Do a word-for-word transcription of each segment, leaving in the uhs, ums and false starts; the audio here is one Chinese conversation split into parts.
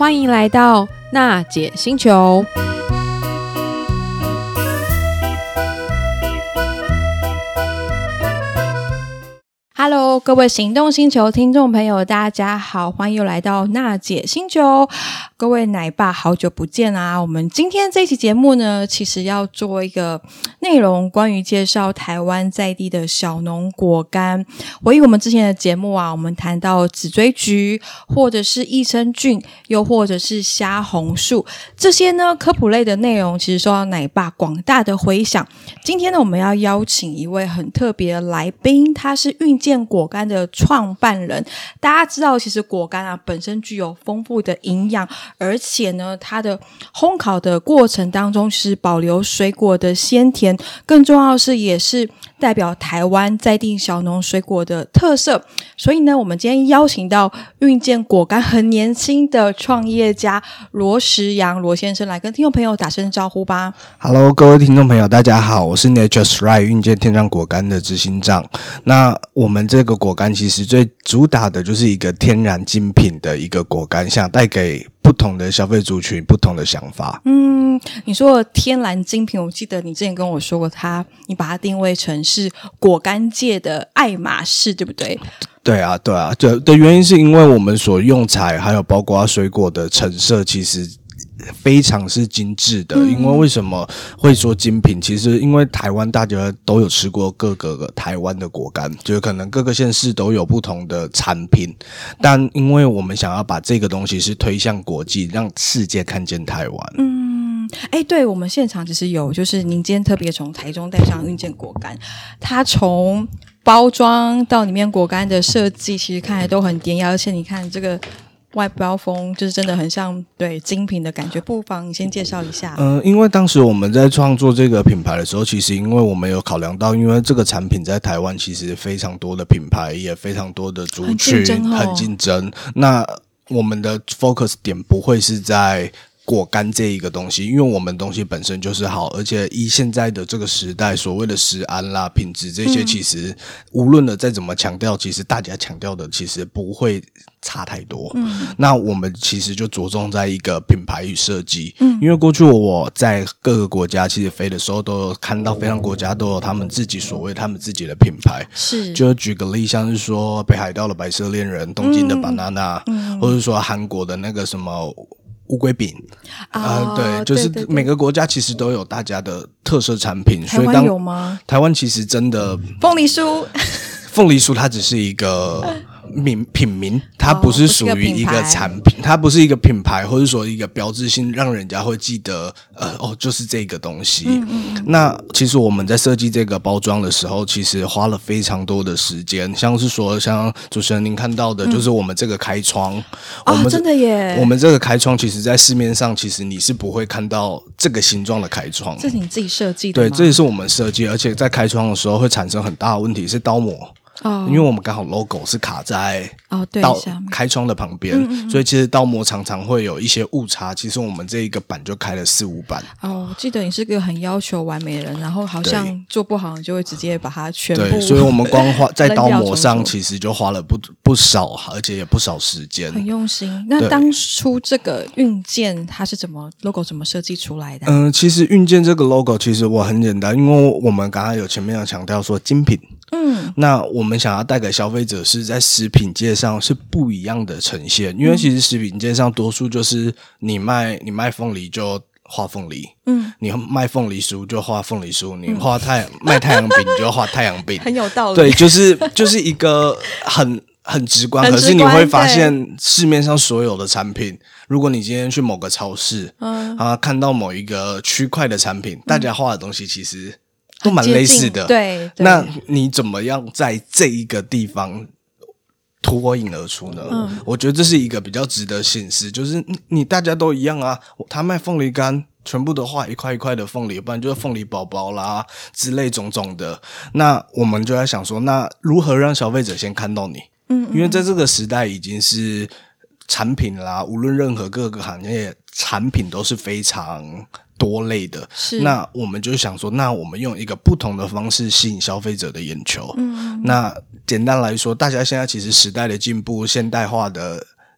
欢迎来到娜姐星球。Hello， 各位行动星球听众朋友，大家好，欢迎又来到娜姐星球。各位奶爸，好久不见啊！我们今天这期节目呢，其实要做一个内容，关于介绍台湾在地的小农果干。回忆我们之前的节目啊，我们谈到紫锥菊，或者是益生菌，又或者是虾红素，这些呢科普类的内容，其实受到奶爸广大的回响。今天呢，我们要邀请一位很特别的来宾，他是运健果干的创办人。大家知道其实果干啊本身具有丰富的营养，而且呢它的烘烤的过程当中是保留水果的鲜甜，更重要的是也是代表台湾在地小农水果的特色。所以呢我们今天邀请到运健果干很年轻的创业家罗时阳罗先生来跟听众朋友打声招呼吧。 Hello， 各位听众朋友大家好，我是 Nature's Right 运健天然果干的执行长。那我们这个果干其实最主打的就是一个天然精品的一个果干，想带给不同的消费族群不同的想法。 嗯，你说的天然精品，我记得你之前跟我说过它，你把它定位成是果干界的爱马仕，对不对？ 对啊对啊，对的原因是因为我们所用材还有包括水果的成色其实非常是精致的。因为为什么会说精品，其实因为台湾大家都有吃过各个台湾的果干，就是可能各个县市都有不同的产品，但因为我们想要把这个东西是推向国际，让世界看见台湾。 嗯，哎，对，我们现场其实有就是您今天特别从台中带上运健果干，它从包装到里面果干的设计其实看起来都很典雅，而且你看这个外包风就是真的很像对精品的感觉，不妨你先介绍一下。 嗯、呃，因为当时我们在创作这个品牌的时候，其实因为我们有考量到，因为这个产品在台湾其实非常多的品牌，也非常多的族群， 很竞争哦， 很竞争。那我们的 focus 点不会是在果干这一个东西，因为我们东西本身就是好，而且以现在的这个时代，所谓的食安啦、品质这些，其实、嗯、无论的再怎么强调，其实大家强调的其实不会差太多。嗯，那我们其实就着重在一个品牌与设计。嗯，因为过去我在各个国家其实飞的时候，都有看到非常国家都有他们自己所谓他们自己的品牌。是，就举个例，像是说北海道的白色恋人、东京的 banana，嗯，或者说韩国的那个什么乌龟饼啊、 哦呃，对，就是每个国家其实都有大家的特色产品。 台湾有吗？ 台湾其实真的凤梨酥， 凤梨酥它只是一个名品名，它不是属于一个产品，它不是一个品牌，或者说一个标志性，让人家会记得，呃，哦，就是这个东西。嗯嗯，那其实我们在设计这个包装的时候，其实花了非常多的时间，像是说，像主持人您看到的，就是我们这个开窗， 嗯、 我们、 哦、真的耶， 我们这个开窗，其实在市面上，其实你是不会看到这个形状的开窗， 这是你自己设计的吗？ 对，这也是我们设计，而且在开窗的时候会产生很大的问题，是刀模。哦，因为我们刚好 logo 是卡在哦对刀开窗的旁边、嗯嗯，所以其实刀模常常会有一些误差。其实我们这一个版就开了四五版。 哦，我记得你是个很要求完美的人，然后好像做不好，你就会直接把它全部。 对，所以我们光花在刀模上，其实就花了不不少，而且也不少时间， 很用心。那当初这个运健它是怎么 logo 怎么设计出来的？ 嗯、呃，其实运健这个 logo 其实我很简单，因为我们刚刚有前面有强调说精品。嗯，那我们想要带给消费者是在食品界上是不一样的呈现，因为其实食品界上多数就是你卖你卖凤梨就画凤梨，嗯，你卖凤梨酥就画凤梨酥，你画太、嗯、卖太阳饼就画太阳饼， 很有道理。 对，就是就是一个很很直观， 很直观， 可是你会发现市面上所有的产品，如果你今天去某个超市，嗯啊，看到某一个区块的产品，大家画的东西其实都蛮类似的， 对，对。 那你怎么样在这一个地方脱颖而出呢？嗯，我觉得这是一个比较值得显示，就是你大家都一样啊，他卖凤梨干，全部都画一块一块的凤梨，不然就是凤梨宝宝啦之类种种的。那我们就在想说，那如何让消费者先看到你？嗯，因为在这个时代已经是产品啦，无论任何各个行业产品都是非常多类的，是，那我们就想说，那我们用一个不同的方式吸引消费者的眼球。嗯，那简单来说，大家现在其实时代的进步，现代化的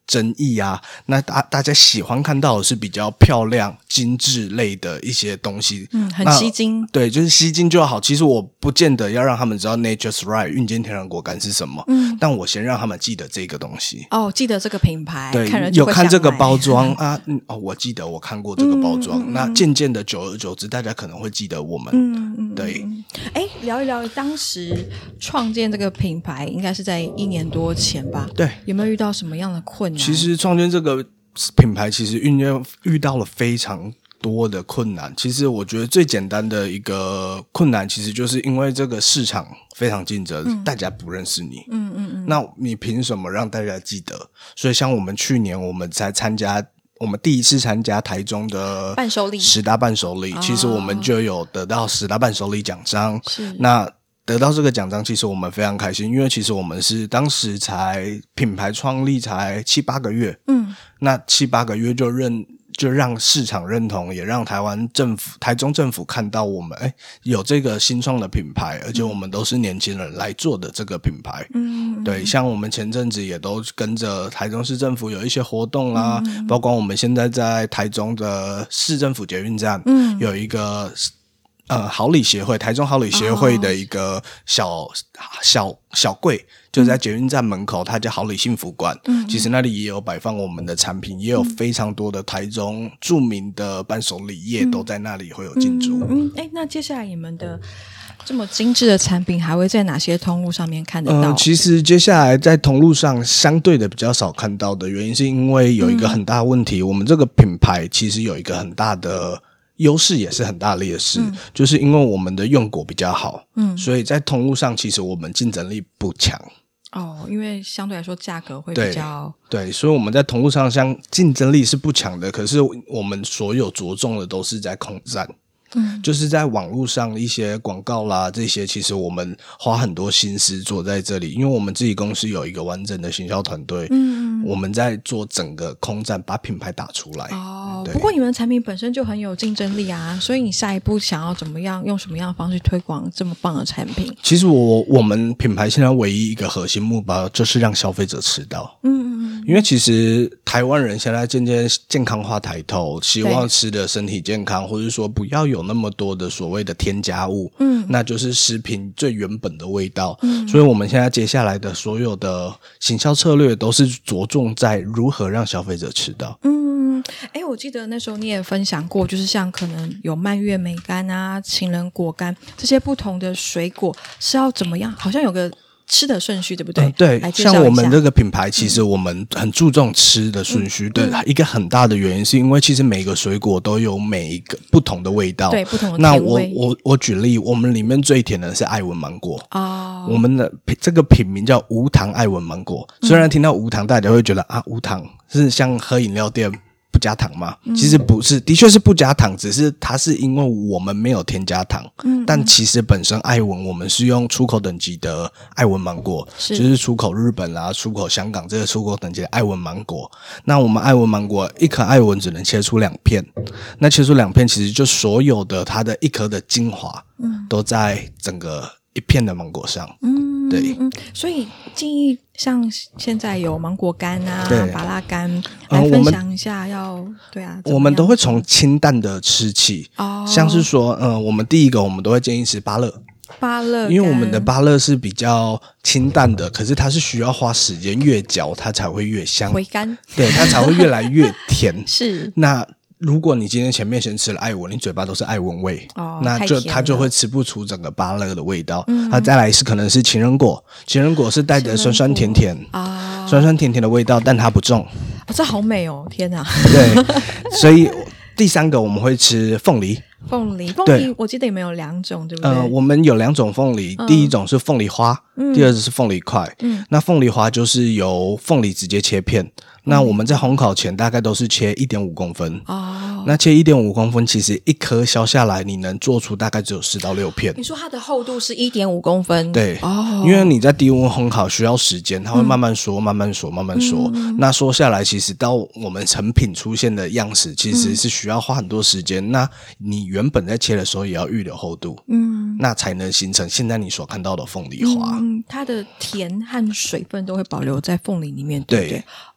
争议啊，那大大家喜欢看到的是比较漂亮精致类的一些东西， 嗯，很吸睛。 对，就是吸睛就好。其实我不见得要让他们知道 Nature's Right 韵间天然果干是什么，嗯，但我先让他们记得这个东西。 哦，记得这个品牌， 对， 看人就会有看这个想买包装啊，嗯，哦，我记得我看过这个包装。 嗯嗯嗯那渐渐的，久而久之，大家可能会记得我们。 嗯嗯， 对。 哎，聊一聊当时创建这个品牌，应该是在一年多前吧？ 对， 有没有遇到什么样的困难？ 其实创建这个品牌，其实遇遇到了非常多的困难。其实我觉得最简单的一个困难，其实就是因为这个市场非常竞争，嗯、大家不认识你，嗯嗯嗯，那你凭什么让大家记得？所以像我们去年我们才参加。我们第一次参加台中的伴手礼十大伴手礼，其实我们就有得到十大伴手礼奖章。 是， 那得到这个奖章，其实我们非常开心，因为其实我们是当时才品牌创立才七八个月，嗯，那七八个月就认就让市场认同，也让台湾政府、台中政府看到我们，哎，有这个新创的品牌，而且我们都是年轻人来做的这个品牌，嗯，对，像我们前阵子也都跟着台中市政府有一些活动啦，嗯、包括我们现在在台中的市政府捷运站，嗯，有一个。呃，好礼协会，台中好礼协会的一个小、oh. 小小柜，就在捷运站门口，它叫好礼幸福馆。嗯，其实那里也有摆放我们的产品，也有非常多的台中著名的伴手礼业都在那里会有进驻。 嗯，哎、嗯，那接下来你们的这么精致的产品，还会在哪些通路上面看得到？ 嗯，其实接下来在通路上相对的比较少看到的原因，是因为有一个很大的问题，嗯、我们这个品牌其实有一个很大的。优势也是很大的劣势，嗯、就是因为我们的用果比较好，嗯，所以在通路上其实我们竞争力不强。 哦，因为相对来说价格会比较对, 对，所以我们在通路上像竞争力是不强的，可是我们所有着重的都是在空战。嗯，就是在网络上一些广告啦，这些其实我们花很多心思做在这里，因为我们自己公司有一个完整的行销团队，嗯，我们在做整个空战，把品牌打出来。 哦，不过你们的产品本身就很有竞争力啊，所以你下一步想要怎么样，用什么样的方式推广这么棒的产品？ 其实我我们品牌现在唯一一个核心目标就是让消费者吃到，嗯嗯嗯，因为其实台湾人现在渐渐健康化抬头，希望吃的身体健康，或者说不要有那么多的所谓的添加物，嗯，那就是食品最原本的味道，嗯，所以我们现在接下来的所有的行销策略都是着重在如何让消费者吃到， 嗯，诶，我记得那时候你也分享过，就是像可能有蔓越莓干啊、情人果干这些不同的水果是要怎么样，好像有个吃的顺序对不对？ 嗯、对，像我们这个品牌其实我们很注重吃的顺序，嗯、对、嗯，一个很大的原因是因为其实每个水果都有每一个不同的味道， 对，不同的甜味。 那我我我举例，我们里面最甜的是爱文芒果哦，我们的这个品名叫无糖爱文芒果。虽然听到无糖，大家会觉得啊，无糖是像喝饮料店不加糖吗？其实不是，的确是不加糖，只是它是因为我们没有添加糖。嗯，但其实本身爱文我们是用出口等级的爱文芒果，是就是出口日本啦、出口香港这个出口等级的爱文芒果。那我们爱文芒果一颗爱文只能切出两片，那切出两片其实就所有的它的一颗的精华，嗯，都在整个一片的芒果上。嗯，对， 嗯，所以建议像现在有芒果干啊、芭乐干， 呃、 来分享一下要。要对啊， 我们都会从清淡的吃起，哦，像是说，呃，我们第一个我们都会建议吃芭乐， 芭乐， 因为我们的芭乐是比较清淡的，可是它是需要花时间，越嚼它才会越香， 回甘，对， 它才会越来越甜。 是， 那如果你今天前面先吃了爱文，你嘴巴都是爱文味，哦，那就它就会吃不出整个芭乐的味道。嗯，它再来是可能是情人果，情人果是带着酸酸甜甜啊，酸酸甜甜的味道，但它不重。 哦，这好美哦！天哪， 对，所以第三个我们会吃凤梨。 凤梨，凤梨，我记得你们有两种，对不对？ 呃，我们有两种凤梨，嗯、第一种是凤梨花，嗯、第二种是凤梨块。嗯，那凤梨花就是由凤梨直接切片。那我们在烘烤前大概都是切 一点五公分哦，那切 一点五公分其实一颗削下来你能做出大概只有四到六片。 你说它的厚度是 一点五公分？ 对哦，因为你在低温烘烤需要时间，它会慢慢缩、嗯、慢慢缩慢慢缩、嗯、那缩下来其实到我们成品出现的样式其实是需要花很多时间、嗯、那你原本在切的时候也要预留厚度，嗯，那才能形成现在你所看到的凤梨花。 嗯，它的甜和水分都会保留在凤梨里面，对不对？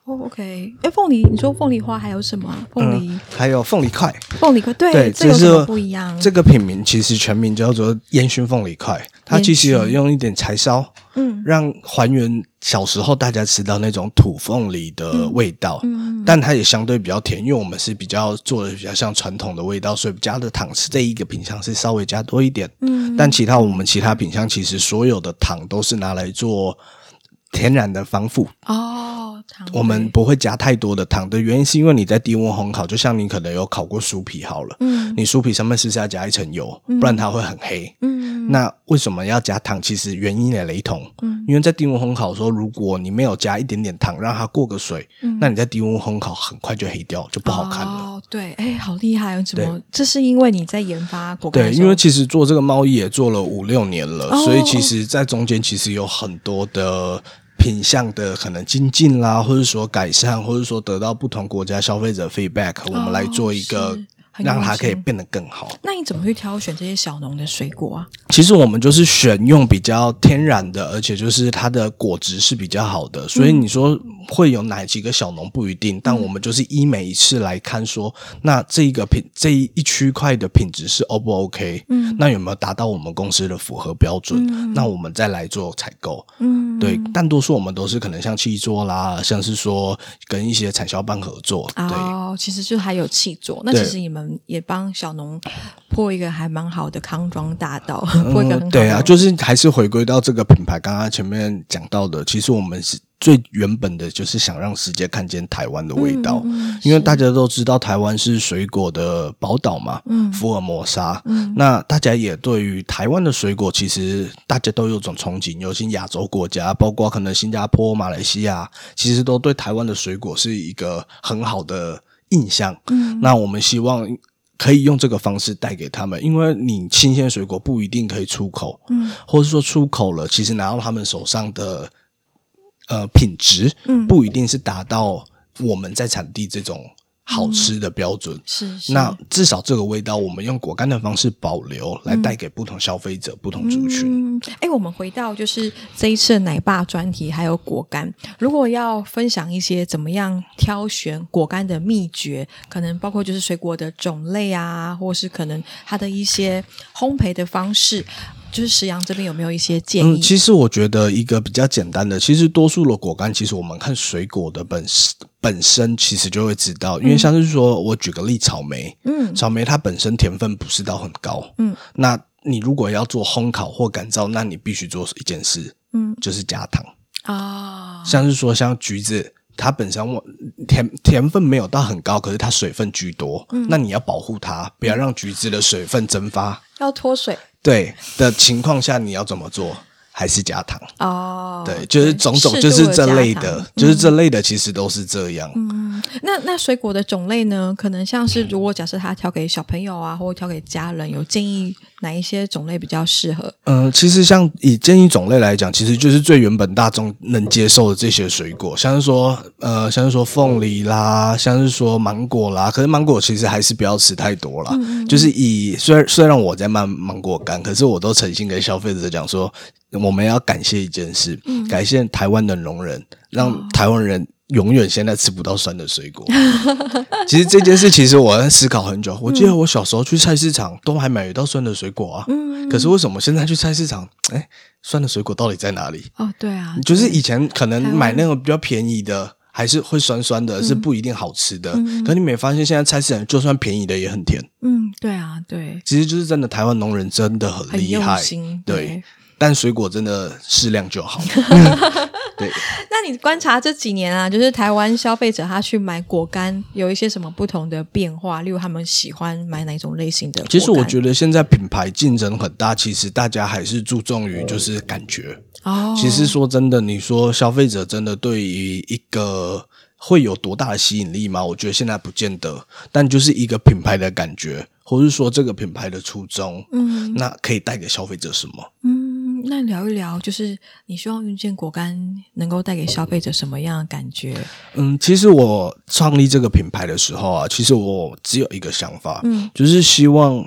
哦 ，OK， 哎，凤梨，你说凤梨花还有什么？凤梨、 嗯、还有凤梨块， 凤梨块，对， 对， 这有什么不一样？ 这个品名其实全名叫做烟熏凤梨块，它其实有用一点柴烧，嗯，让还原小时候大家吃到那种土凤梨的味道，嗯，但它也相对比较甜，因为我们是比较做的比较像传统的味道，所以加的糖是这一个品项是稍微加多一点，嗯，但其他我们其他品项其实所有的糖都是拿来做天然的防腐哦，糖我们不会加太多的糖的原因是因为你在低温烘烤，就像你可能有烤过酥皮好了，嗯，你酥皮上面是不是要加一层油，嗯，不然它会很黑，嗯，那为什么要加糖？其实原因也雷同，嗯，因为在低温烘烤的时候，如果你没有加一点点糖让它过个水，嗯，那你在低温烘烤很快就黑掉，就不好看了。 哦，对，哎，好厉害哦！怎么？这是因为你在研发果干的时候？ 对，因为其实做这个贸易也做了五六年了，哦，所以其实在中间其实有很多的品项的可能精进啦，或者说改善，或者说得到不同国家消费者 feedback，哦，我们来做一个让它可以变得更好。 那你怎么去挑选这些小农的水果啊？ 其实我们就是选用比较天然的，而且就是它的果质是比较好的，所以你说会有哪几个小农不一定，但我们就是依每一次来看说，那这一个品这一区块的品质是 O 不 OK， 嗯，那有没有达到我们公司的符合标准，嗯，那我们再来做采购，嗯，对，但多数我们都是可能像契作啦，像是说跟一些产销班合作，对， 哦，其实就还有契作，那其实你们也帮小农破一个还蛮好的康庄大道，破一个很好的， 嗯，对啊，就是还是回归到这个品牌，刚刚前面讲到的，其实我们是最原本的就是想让世界看见台湾的味道，嗯嗯，因为大家都知道台湾是水果的宝岛嘛，嗯，福尔摩沙，嗯，那大家也对于台湾的水果其实大家都有种憧憬，尤其亚洲国家，包括可能新加坡、马来西亚，其实都对台湾的水果是一个很好的印象，嗯，那我们希望可以用这个方式带给他们，因为你新鲜水果不一定可以出口，嗯，或者说出口了，其实拿到他们手上的呃品质，嗯，不一定是达到我们在产地这种好吃的标准，嗯，是是，那至少这个味道我们用果干的方式保留，来带给不同消费者，嗯，不同族群。 哎，我们回到就是这一次的奶爸专题还有果干，如果要分享一些怎么样挑选果干的秘诀，可能包括就是水果的种类啊，或是可能它的一些烘焙的方式，就是石洋这边有没有一些建议？ 嗯，其实我觉得一个比较简单的，其实多数的果干，其实我们看水果的本本身，其实就会知道，因为像是说，我举个例，草莓，嗯，草莓它本身甜分不是到很高，嗯，那你如果要做烘烤或干燥，那你必须做一件事，嗯，就是加糖啊，像是说像橘子。它本身甜甜分没有到很高，可是它水分居多，嗯，那你要保护它，不要让橘子的水分蒸发， 要脱水， 对的情况下，你要怎么做？还是加糖哦，对，就是种种就是这类的，就是这类的，其实都是这样。 嗯，那那水果的种类呢？可能像是如果假设他挑给小朋友啊，或者挑给家人，有建议哪一些种类比较适合？ 嗯、呃，其实像以建议种类来讲，其实就是最原本大众能接受的这些水果，像是说呃，像是说凤梨啦，像是说芒果啦，可是芒果其实还是不要吃太多啦。嗯，就是以虽然虽然我在卖芒果干，可是我都诚心跟消费者讲说。我们要感谢一件事，嗯，感谢台湾的农人，让台湾人永远现在吃不到酸的水果。其实这件事，其实我在思考很久。我记得我小时候去菜市场都还买得到酸的水果啊，嗯，可是为什么现在去菜市场，哎，酸的水果到底在哪里？ 哦，对啊， 就是以前可能买那种比较便宜的，还是会酸酸的，是不一定好吃的。嗯，可你没发现现在菜市场就算便宜的也很甜？ 嗯，对啊，对， 其实就是真的台湾农人真的很厉害， 很用心， 对。对，但水果真的适量就好。对， 那你观察这几年啊，就是台湾消费者他去买果干有一些什么不同的变化？例如他们喜欢买哪一种类型的果干？ 其实我觉得现在品牌竞争很大，其实大家还是注重于就是感觉。哦，其实说真的，你说消费者真的对于一个会有多大的吸引力吗？我觉得现在不见得，但就是一个品牌的感觉，或是说这个品牌的初衷，嗯，那可以带给消费者什么？ 嗯，那聊一聊，就是你希望云健果干能够带给消费者什么样的感觉？ 嗯，其实我创立这个品牌的时候啊，其实我只有一个想法，嗯，就是希望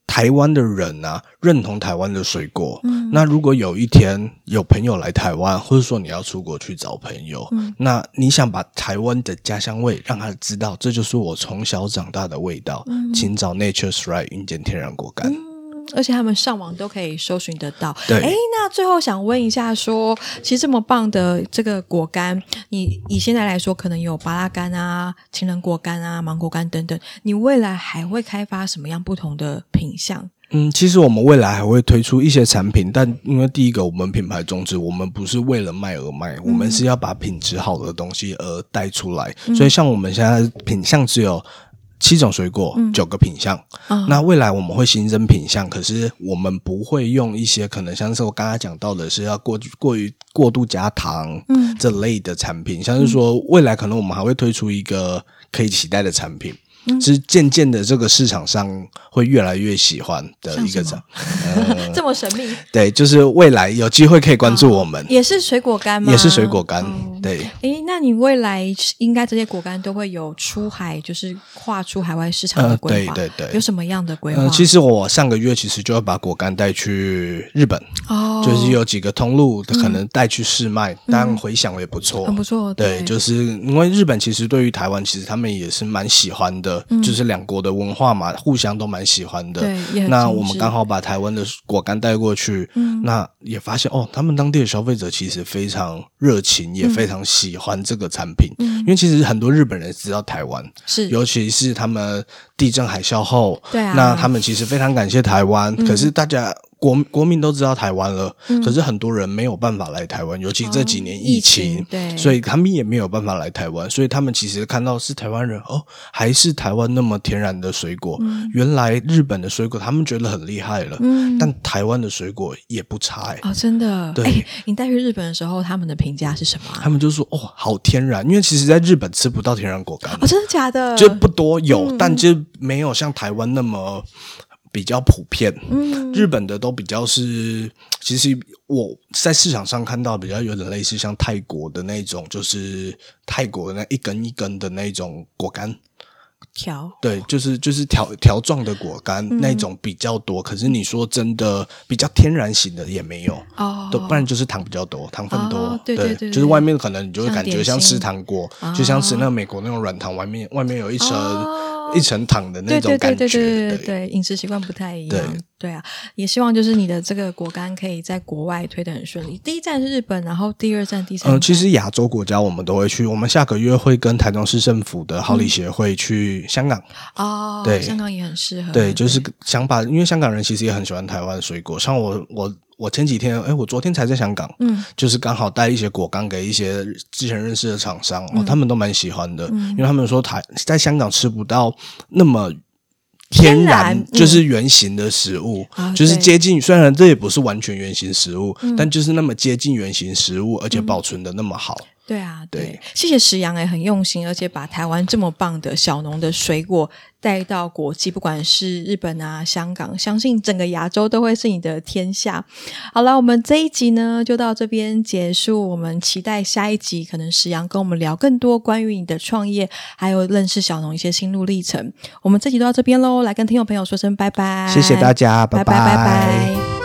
台湾的人啊，认同台湾的水果。嗯，那如果有一天有朋友来台湾，或者说你要出国去找朋友，嗯，那你想把台湾的家乡味让他知道，这就是我从小长大的味道。嗯，请找 Nature's Right 云涧天然果干。嗯， 而且他们上网都可以搜寻得到。 对， 诶，那最后想问一下说，其实这么棒的这个果干，你以现在来说可能有芭乐干啊、情人果干啊、芒果干等等，你未来还会开发什么样不同的品项？ 嗯，其实我们未来还会推出一些产品，但因为第一个我们品牌宗旨，我们不是为了卖而卖，嗯，我们是要把品质好的东西而带出来，嗯，所以像我们现在品项只有七种水果，嗯，九个品项，哦，那未来我们会新增品项，可是我们不会用一些可能像是我刚才讲到的是要过过于过度加糖，嗯，这类的产品，像是说未来可能我们还会推出一个可以期待的产品。是渐渐的这个市场上会越来越喜欢的一个产呃、这么神秘。 对，就是未来有机会可以关注我们。 哦，也是水果干吗？ 也是水果干。哦，对。 诶，那你未来应该这些果干都会有出海，就是跨出海外市场的规划。呃、对对对。有什么样的规划？ 呃，其实我上个月其实就要把果干带去日本。哦。就是有几个通路可能带去试卖，嗯，但回响也不错。 很不错。 对，对，就是因为日本其实对于台湾其实他们也是蛮喜欢的。嗯，就是两国的文化嘛，互相都蛮喜欢的。 对， 那我们刚好把台湾的果干带过去，嗯，那也发现哦，他们当地的消费者其实非常热情，也非常喜欢这个产品。嗯，因为其实很多日本人知道台湾，是尤其是他们地震海啸后，对啊，那他们其实非常感谢台湾。嗯，可是大家。国国民都知道台湾了，嗯，可是很多人没有办法来台湾，尤其这几年疫情，哦，疫情对，所以他们也没有办法来台湾，所以他们其实看到是台湾人哦，还是台湾那么天然的水果，嗯，原来日本的水果他们觉得很厉害了，嗯，但台湾的水果也不差欸。 哦，真的，对，欸，你带去日本的时候，他们的评价是什么啊？ 他们就说哦，好天然，因为其实在日本吃不到天然果干， 哦，真的假的？ 就不多有，嗯，但就没有像台湾那么。比较普遍，嗯，日本的都比较是，其实我在市场上看到比较有点类似像泰国的那种，就是泰国的那一根一根的那种果干条， 对，就是就是条条状的果干，嗯，那种比较多。可是你说真的比较天然型的也没有哦，都不然就是糖比较多，糖分多，哦，对对 对, 对，就是外面可能你就会感觉像吃糖果，就像吃那个美国那种软糖，外面外面有一层。哦一层糖的那种感觉， 对对对对对对对，饮食习惯不太一样，对对啊，也希望就是你的这个果干可以在国外推得很顺利。第一站是日本，然后第二站、第三站， 呃，其实亚洲国家我们都会去，我们下个月会跟台中市政府的好礼协会去香港。 哦，对，香港也很适合。 对，就是想把，因为香港人其实也很喜欢台湾的水果，像我我。我前几天，诶我昨天才在香港，嗯，就是刚好带一些果干给一些之前认识的厂商，嗯，哦，他们都蛮喜欢的，嗯，因为他们说台在香港吃不到那么天然，天然就是原型的食物，嗯，就是接近，虽然这也不是完全原型食物，嗯，但就是那么接近原型食物，而且保存的那么好。嗯， 对啊，对，对，谢谢石洋也很用心，而且把台湾这么棒的小农的水果带到国际，不管是日本啊、香港，相信整个亚洲都会是你的天下。好了，我们这一集呢就到这边结束，我们期待下一集，可能石洋跟我们聊更多关于你的创业，还有认识小农一些心路历程。我们这集就到这边咯，来跟听众朋友说声拜拜， 谢谢大家，拜拜拜拜拜拜。